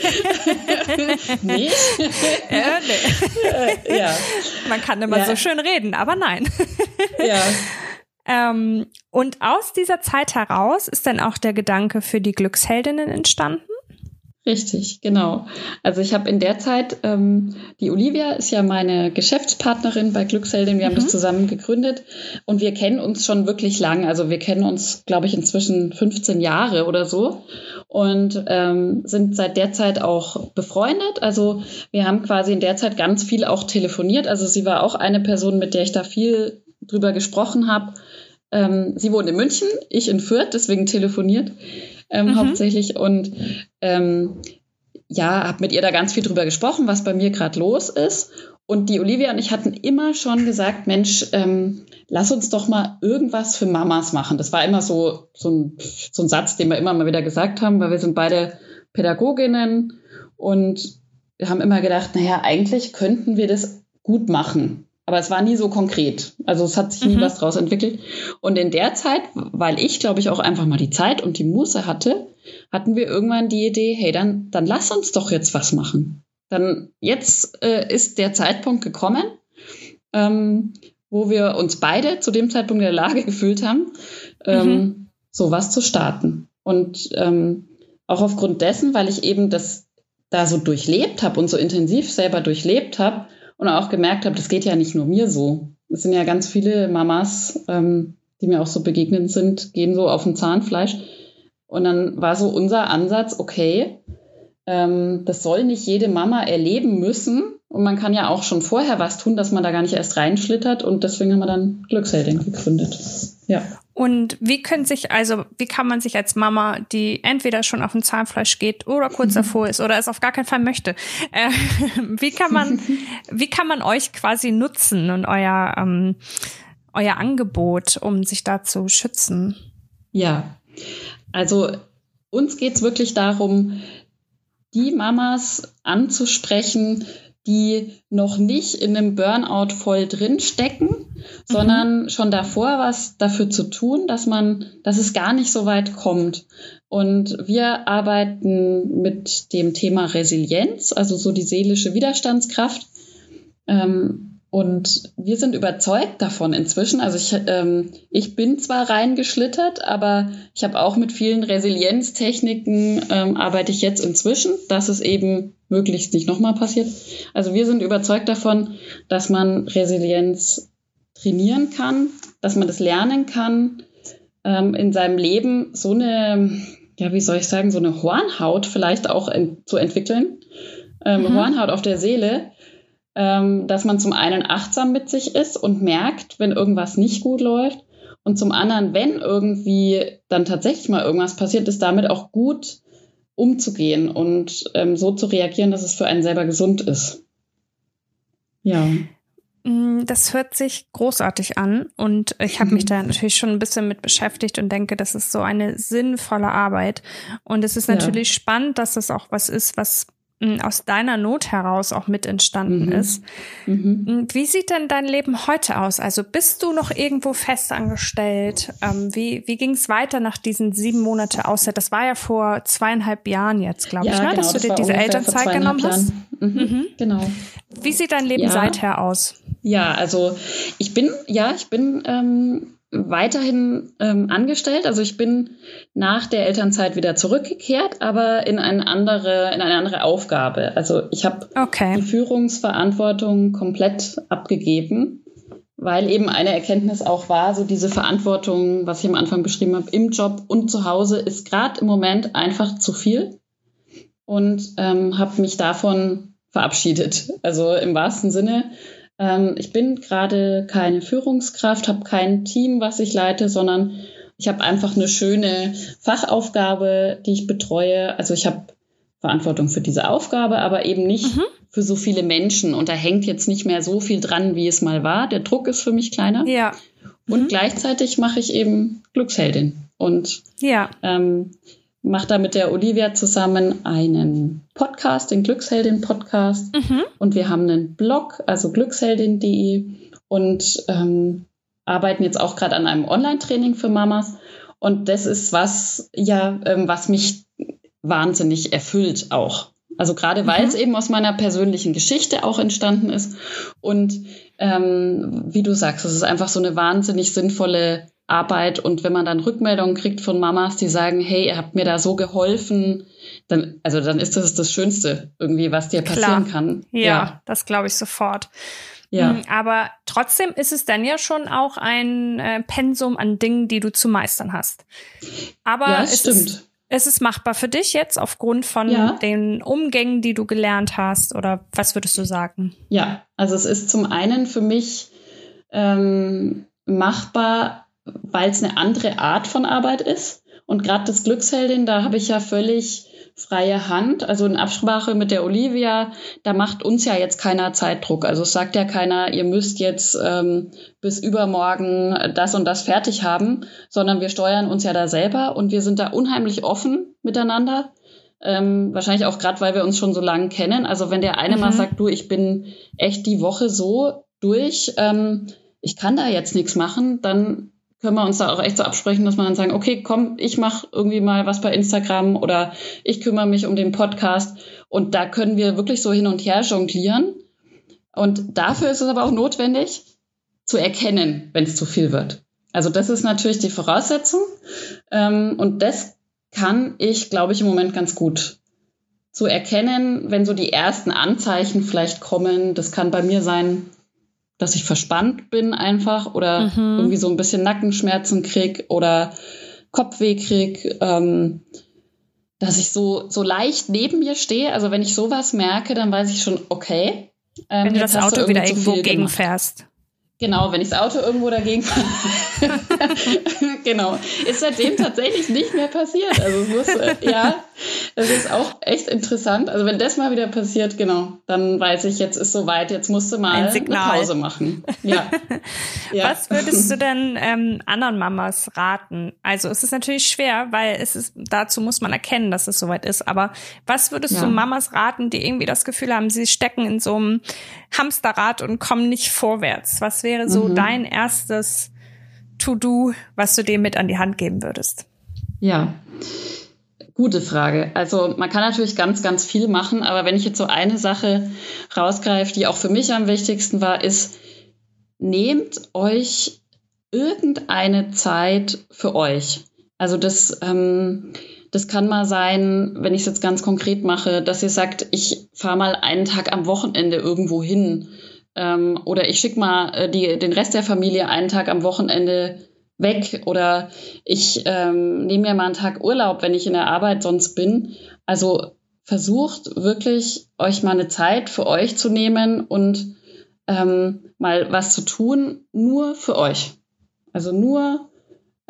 Nee. Nee. Ja. Man kann immer so schön reden, aber nein. Ja. Und aus dieser Zeit heraus ist dann auch der Gedanke für die Glücksheldinnen entstanden? Richtig, genau. Also ich habe in der Zeit, die Olivia ist ja meine Geschäftspartnerin bei Glücksheldin, wir haben das zusammen gegründet und wir kennen uns schon wirklich lang. Also wir kennen uns, glaube ich, inzwischen 15 Jahre oder so und sind seit der Zeit auch befreundet. Also wir haben quasi in der Zeit ganz viel auch telefoniert. Also sie war auch eine Person, mit der ich da viel drüber gesprochen habe. Sie wohnt in München, ich in Fürth, deswegen telefoniert. Hauptsächlich und habe mit ihr da ganz viel drüber gesprochen, was bei mir gerade los ist. Und die Olivia und ich hatten immer schon gesagt, Mensch, lass uns doch mal irgendwas für Mamas machen. Das war immer so ein Satz, den wir immer mal wieder gesagt haben, weil wir sind beide Pädagoginnen und wir haben immer gedacht, naja, eigentlich könnten wir das gut machen. Aber es war nie so konkret. Also es hat sich nie was draus entwickelt. Und in der Zeit, weil ich, glaube ich, auch einfach mal die Zeit und die Muße hatte, hatten wir irgendwann die Idee, hey, dann lass uns doch jetzt was machen. Dann jetzt ist der Zeitpunkt gekommen, wo wir uns beide zu dem Zeitpunkt in der Lage gefühlt haben, sowas zu starten. Und auch aufgrund dessen, weil ich eben das da so durchlebt habe und so intensiv selber durchlebt habe, und auch gemerkt habe, das geht ja nicht nur mir so. Es sind ja ganz viele Mamas, die mir auch so begegnet sind, gehen so auf dem Zahnfleisch. Und dann war so unser Ansatz, okay, das soll nicht jede Mama erleben müssen. Und man kann ja auch schon vorher was tun, dass man da gar nicht erst reinschlittert. Und deswegen haben wir dann Glücksheldin gegründet. Ja. Und wie kann man sich als Mama, die entweder schon auf dem Zahnfleisch geht oder kurz davor ist oder es auf gar keinen Fall möchte, wie kann man euch quasi nutzen und euer Angebot, um sich da zu schützen? Ja, also uns geht's wirklich darum, die Mamas anzusprechen, die noch nicht in einem Burnout voll drin stecken, sondern schon davor was dafür zu tun, dass es gar nicht so weit kommt. Und wir arbeiten mit dem Thema Resilienz, also so die seelische Widerstandskraft. Und wir sind überzeugt davon inzwischen. Also ich bin zwar reingeschlittert, aber ich habe auch mit vielen Resilienztechniken arbeite ich jetzt inzwischen, dass es eben möglichst nicht nochmal passiert. Also wir sind überzeugt davon, dass man Resilienz trainieren kann, dass man das lernen kann, in seinem Leben so eine, so eine Hornhaut vielleicht auch zu entwickeln. Hornhaut auf der Seele, dass man zum einen achtsam mit sich ist und merkt, wenn irgendwas nicht gut läuft Und zum anderen, wenn irgendwie dann tatsächlich mal irgendwas passiert, ist damit auch gut umzugehen und so zu reagieren, dass es für einen selber gesund ist. Ja. Das hört sich großartig an und ich habe mich da natürlich schon ein bisschen mit beschäftigt und denke, das ist so eine sinnvolle Arbeit. Und es ist natürlich spannend, dass das auch was ist, was aus deiner Not heraus auch mit entstanden ist. Wie sieht denn dein Leben heute aus? Also bist du noch irgendwo festangestellt? Wie ging es weiter nach diesen 7 Monate Auszeit? Das war ja vor 2,5 Jahren jetzt, glaube ich, ne? Genau, dass du dir diese Elternzeit genommen hast. Genau. Wie sieht dein Leben seither aus? Ja, also ich bin weiterhin angestellt. Also ich bin nach der Elternzeit wieder zurückgekehrt, aber in eine andere Aufgabe. Also ich habe die Führungsverantwortung komplett abgegeben, weil eben eine Erkenntnis auch war, so diese Verantwortung, was ich am Anfang beschrieben habe, im Job und zu Hause ist gerade im Moment einfach zu viel und habe mich davon verabschiedet. Also im wahrsten Sinne. Ich bin gerade keine Führungskraft, habe kein Team, was ich leite, sondern ich habe einfach eine schöne Fachaufgabe, die ich betreue. Also ich habe Verantwortung für diese Aufgabe, aber eben nicht für so viele Menschen. Und da hängt jetzt nicht mehr so viel dran, wie es mal war. Der Druck ist für mich kleiner. Ja. Und gleichzeitig mache ich eben Glücksheldin. Und mache da mit der Olivia zusammen einen Podcast, den Glücksheldin-Podcast. Und wir haben einen Blog, also glücksheldin.de und arbeiten jetzt auch gerade an einem Online-Training für Mamas. Und das ist was mich wahnsinnig erfüllt auch. Also gerade weil es eben aus meiner persönlichen Geschichte auch entstanden ist. Und wie du sagst, es ist einfach so eine wahnsinnig sinnvolle Arbeit. Und wenn man dann Rückmeldungen kriegt von Mamas, die sagen, hey, ihr habt mir da so geholfen, dann ist das Schönste irgendwie, was dir passieren kann. Ja, das glaube ich sofort. Ja. Aber trotzdem ist es dann ja schon auch ein Pensum an Dingen, die du zu meistern hast. Aber es ist machbar für dich jetzt aufgrund von den Umgängen, die du gelernt hast, oder was würdest du sagen? Ja, also es ist zum einen für mich machbar, weil es eine andere Art von Arbeit ist. Und gerade das Glücksheldin, da habe ich ja völlig freie Hand. Also in Absprache mit der Olivia, da macht uns ja jetzt keiner Zeitdruck. Also es sagt ja keiner, ihr müsst jetzt bis übermorgen das und das fertig haben, sondern wir steuern uns ja da selber und wir sind da unheimlich offen miteinander. Wahrscheinlich auch gerade, weil wir uns schon so lange kennen. Also wenn der eine mal sagt, du, ich bin echt die Woche so durch, ich kann da jetzt nichts machen, dann können wir uns da auch echt so absprechen, dass wir dann sagen, okay, komm, ich mache irgendwie mal was bei Instagram oder ich kümmere mich um den Podcast. Und da können wir wirklich so hin und her jonglieren. Und dafür ist es aber auch notwendig, zu erkennen, wenn es zu viel wird. Also das ist natürlich die Voraussetzung. Und das kann ich, glaube ich, im Moment ganz gut zu erkennen, wenn so die ersten Anzeichen vielleicht kommen. Das kann bei mir sein, dass ich verspannt bin einfach oder irgendwie so ein bisschen Nackenschmerzen krieg oder Kopfweh krieg, dass ich so leicht neben mir stehe. Also wenn ich sowas merke, dann weiß ich schon, okay. Wenn du das Auto wieder irgendwo gegenfährst. Genau, wenn ich das Auto irgendwo dagegen fahre. Genau. Ist seitdem tatsächlich nicht mehr passiert. Also es ist auch echt interessant. Also wenn das mal wieder passiert, genau, dann weiß ich, jetzt ist soweit, jetzt musst du mal eine Pause machen. Ja. Was würdest du denn anderen Mamas raten? Also es ist natürlich schwer, weil dazu muss man erkennen, dass es soweit ist. Aber was würdest du Mamas raten, die irgendwie das Gefühl haben, sie stecken in so einem Hamsterrad und kommen nicht vorwärts? Was wäre so dein erstes To-Do, was du dem mit an die Hand geben würdest? Ja, gute Frage. Also man kann natürlich ganz, ganz viel machen, aber wenn ich jetzt so eine Sache rausgreife, die auch für mich am wichtigsten war, ist, nehmt euch irgendeine Zeit für euch. Also das kann mal sein, wenn ich es jetzt ganz konkret mache, dass ihr sagt, ich fahre mal einen Tag am Wochenende irgendwo hin. Oder ich schicke mal den Rest der Familie einen Tag am Wochenende weg. Oder ich nehme mir mal einen Tag Urlaub, wenn ich in der Arbeit sonst bin. Also versucht wirklich, euch mal eine Zeit für euch zu nehmen und mal was zu tun, nur für euch. Also nur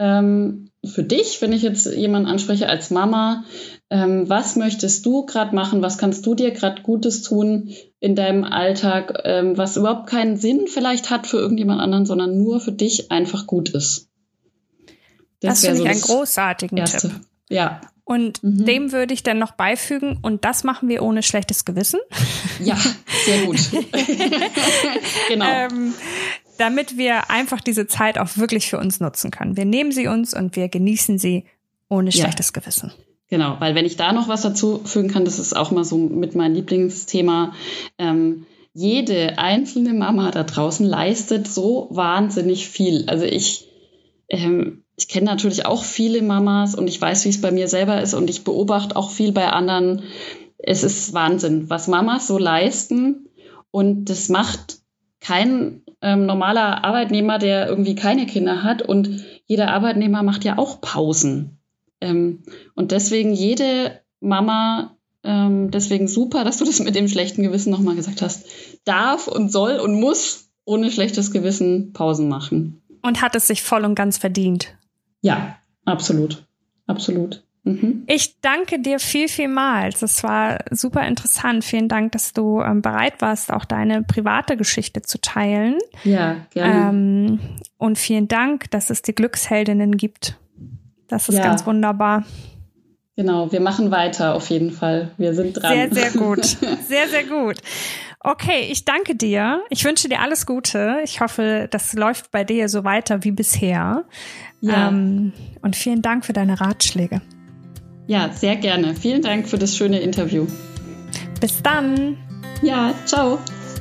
für dich, wenn ich jetzt jemanden anspreche als Mama, was möchtest du gerade machen? Was kannst du dir gerade Gutes tun in deinem Alltag, was überhaupt keinen Sinn vielleicht hat für irgendjemand anderen, sondern nur für dich einfach gut ist? Das finde ich einen großartigen Erste. Tipp. Ja. Und dem würde ich dann noch beifügen, und das machen wir ohne schlechtes Gewissen. Ja, sehr gut. Genau. Damit wir einfach diese Zeit auch wirklich für uns nutzen können. Wir nehmen sie uns und wir genießen sie ohne schlechtes Gewissen. Genau, weil wenn ich da noch was dazu fügen kann, das ist auch mal so mit meinem Lieblingsthema, jede einzelne Mama da draußen leistet so wahnsinnig viel. Also ich kenne natürlich auch viele Mamas und ich weiß, wie es bei mir selber ist und ich beobachte auch viel bei anderen. Es ist Wahnsinn, was Mamas so leisten, und das macht kein normaler Arbeitnehmer, der irgendwie keine Kinder hat, und jeder Arbeitnehmer macht ja auch Pausen. Und deswegen jede Mama, deswegen super, dass du das mit dem schlechten Gewissen nochmal gesagt hast, darf und soll und muss ohne schlechtes Gewissen Pausen machen. Und hat es sich voll und ganz verdient. Ja, absolut. Absolut. Mhm. Ich danke dir vielmals. Das war super interessant. Vielen Dank, dass du bereit warst, auch deine private Geschichte zu teilen. Ja, gerne. Und vielen Dank, dass es die Glücksheldinnen gibt. Das ist ganz wunderbar. Genau, wir machen weiter auf jeden Fall. Wir sind dran. Sehr, sehr gut. Sehr, sehr gut. Okay, ich danke dir. Ich wünsche dir alles Gute. Ich hoffe, das läuft bei dir so weiter wie bisher. Ja. Und vielen Dank für deine Ratschläge. Ja, sehr gerne. Vielen Dank für das schöne Interview. Bis dann. Ja, ciao.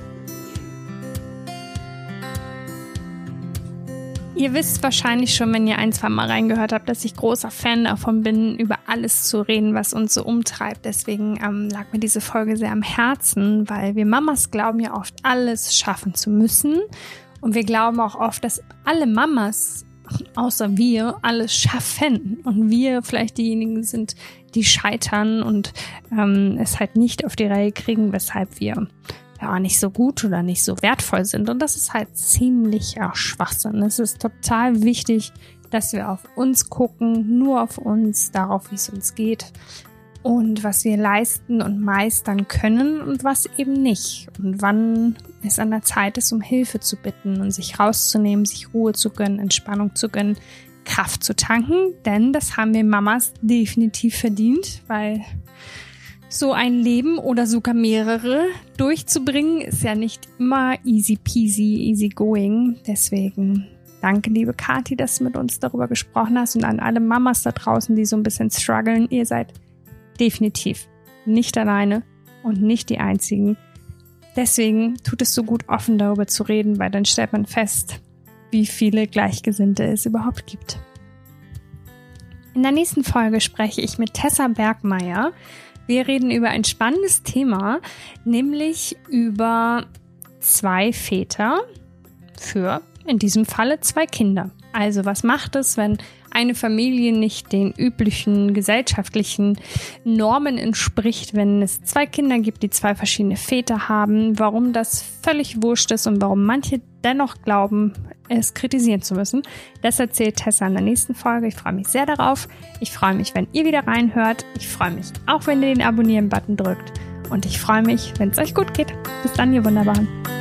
Ihr wisst wahrscheinlich schon, wenn ihr ein, zwei Mal reingehört habt, dass ich großer Fan davon bin, über alles zu reden, was uns so umtreibt. Deswegen lag mir diese Folge sehr am Herzen, weil wir Mamas glauben ja oft, alles schaffen zu müssen. Und wir glauben auch oft, dass alle Mamas, außer wir, alles schaffen. Und wir vielleicht diejenigen sind, die scheitern und es halt nicht auf die Reihe kriegen, weshalb wir nicht so gut oder nicht so wertvoll sind. Und das ist halt ziemlicher Schwachsinn. Es ist total wichtig, dass wir auf uns gucken, nur auf uns, darauf, wie es uns geht und was wir leisten und meistern können und was eben nicht. Und wann es an der Zeit ist, um Hilfe zu bitten und sich rauszunehmen, sich Ruhe zu gönnen, Entspannung zu gönnen, Kraft zu tanken. Denn das haben wir Mamas definitiv verdient, weil so ein Leben oder sogar mehrere durchzubringen, ist ja nicht immer easy peasy, easy going. Deswegen danke, liebe Kathi, dass du mit uns darüber gesprochen hast, und an alle Mamas da draußen, die so ein bisschen strugglen. Ihr seid definitiv nicht alleine und nicht die Einzigen. Deswegen tut es so gut, offen darüber zu reden, weil dann stellt man fest, wie viele Gleichgesinnte es überhaupt gibt. In der nächsten Folge spreche ich mit Tessa Bergmeier. Wir reden über ein spannendes Thema, nämlich über 2 Väter für, in diesem Falle, 2 Kinder. Also was macht es, wenn eine Familie nicht den üblichen gesellschaftlichen Normen entspricht, wenn es 2 Kinder gibt, die 2 verschiedene Väter haben, warum das völlig wurscht ist und warum manche dennoch glauben, es kritisieren zu müssen. Das erzählt Tessa in der nächsten Folge. Ich freue mich sehr darauf. Ich freue mich, wenn ihr wieder reinhört. Ich freue mich auch, wenn ihr den Abonnieren-Button drückt. Und ich freue mich, wenn es euch gut geht. Bis dann, ihr Wunderbaren.